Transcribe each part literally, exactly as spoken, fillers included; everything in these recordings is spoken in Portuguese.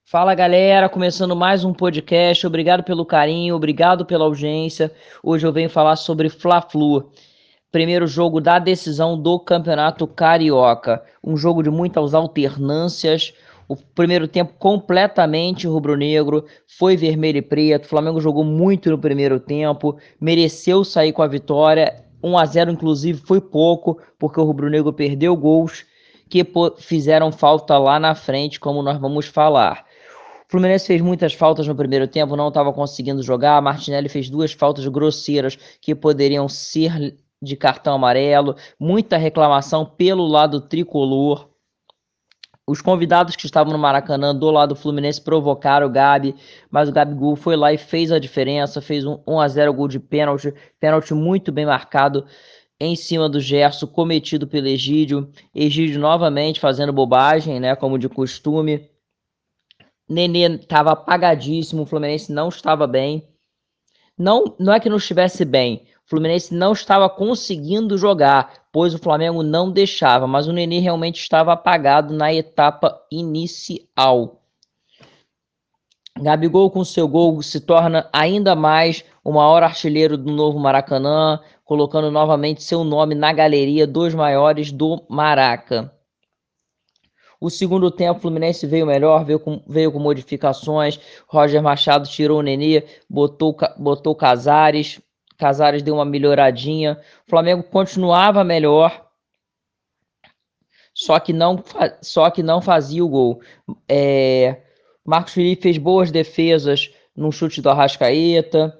Fala galera, começando mais um podcast. Obrigado pelo carinho, obrigado pela audiência. Hoje eu venho falar sobre Fla-Flu, primeiro jogo da decisão do Campeonato Carioca. Um jogo de muitas alternâncias. O primeiro tempo completamente rubro-negro, foi vermelho e preto. O Flamengo jogou muito no primeiro tempo, mereceu sair com a vitória. um a zero inclusive foi pouco, porque o rubro-negro perdeu gols que fizeram falta lá na frente, como nós vamos falar. O Fluminense fez muitas faltas no primeiro tempo, não estava conseguindo jogar. Martinelli fez duas faltas grosseiras que poderiam ser de cartão amarelo. Muita reclamação pelo lado tricolor. Os convidados que estavam no Maracanã do lado do Fluminense provocaram o Gabi, mas o Gabigol foi lá e fez a diferença, fez um um a zero gol de pênalti, pênalti muito bem marcado em cima do Gerson, cometido pelo Egídio. Egídio novamente fazendo bobagem, né, como de costume. Nenê estava apagadíssimo, o Fluminense não estava bem. Não, não é que não estivesse bem, o Fluminense não estava conseguindo jogar, pois o Flamengo não deixava, mas o Nenê realmente estava apagado na etapa inicial. Gabigol com seu gol se torna ainda mais o maior artilheiro do novo Maracanã, colocando novamente seu nome na galeria dos maiores do Maraca. O segundo tempo, o Fluminense veio melhor, veio com, veio com modificações. Roger Machado tirou o Nenê, botou, botou Casares. Casares deu uma melhoradinha. O Flamengo continuava melhor, só que não, só que não fazia o gol. É, Marcos Felipe fez boas defesas no chute do Arrascaeta.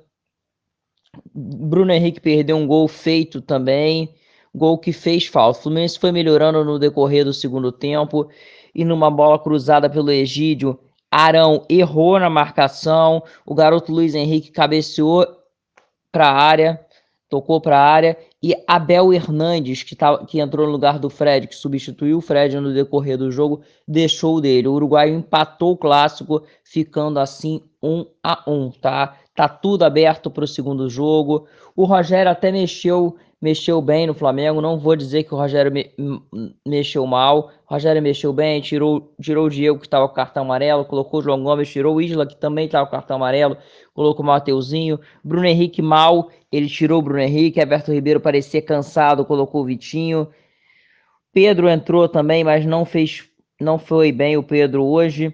Bruno Henrique perdeu um gol feito também. Gol que fez falta. O Fluminense foi melhorando no decorrer do segundo tempo. E numa bola cruzada pelo Egídio, Arão errou na marcação. O garoto Luiz Henrique cabeceou para a área, tocou para a área. E Abel Hernandes, que, tá, que entrou no lugar do Fred, que substituiu o Fred no decorrer do jogo, deixou dele. O uruguaio empatou o clássico, ficando assim um a um, tá? Tá tudo aberto para o segundo jogo. O Rogério até mexeu, mexeu bem no Flamengo. Não vou dizer que o Rogério me, mexeu mal. O Rogério mexeu bem, tirou, tirou o Diego, que estava com cartão amarelo, colocou o João Gomes, tirou o Isla, que também estava com cartão amarelo, colocou o Mateuzinho. Bruno Henrique mal, ele tirou o Bruno Henrique. Everton Ribeiro parecia cansado, colocou o Vitinho. Pedro entrou também, mas não fez, não foi bem o Pedro hoje.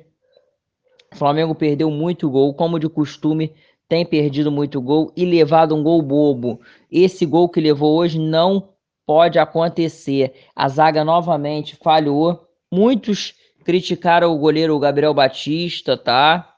O Flamengo perdeu muito gol, como de costume, tem perdido muito gol e levado um gol bobo. Esse gol que levou hoje não pode acontecer. A zaga novamente falhou. Muitos criticaram o goleiro Gabriel Batista, tá?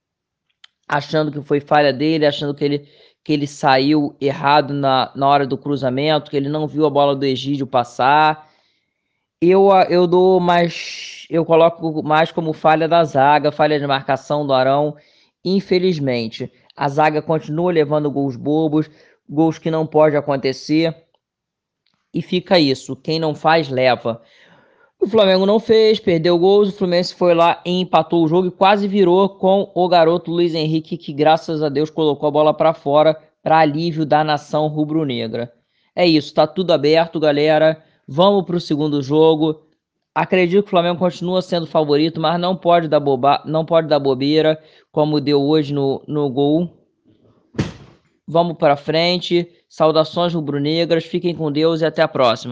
Achando que foi falha dele, achando que ele, que ele saiu errado na, na hora do cruzamento, que ele não viu a bola do Egídio passar. Eu, eu dou mais. Eu coloco mais como falha da zaga, falha de marcação do Arão. Infelizmente, a zaga continua levando gols bobos, gols que não pode acontecer. E fica isso. Quem não faz, leva. O Flamengo não fez, perdeu gols. O Fluminense foi lá e empatou o jogo e quase virou com o garoto Luiz Henrique, que graças a Deus colocou a bola para fora para alívio da nação rubro-negra. É isso, tá tudo aberto, galera. Vamos para o segundo jogo. Acredito que o Flamengo continua sendo favorito, mas não pode dar, boba... não pode dar bobeira, como deu hoje no, no gol. Vamos para frente. Saudações rubro-negras. Fiquem com Deus e até a próxima.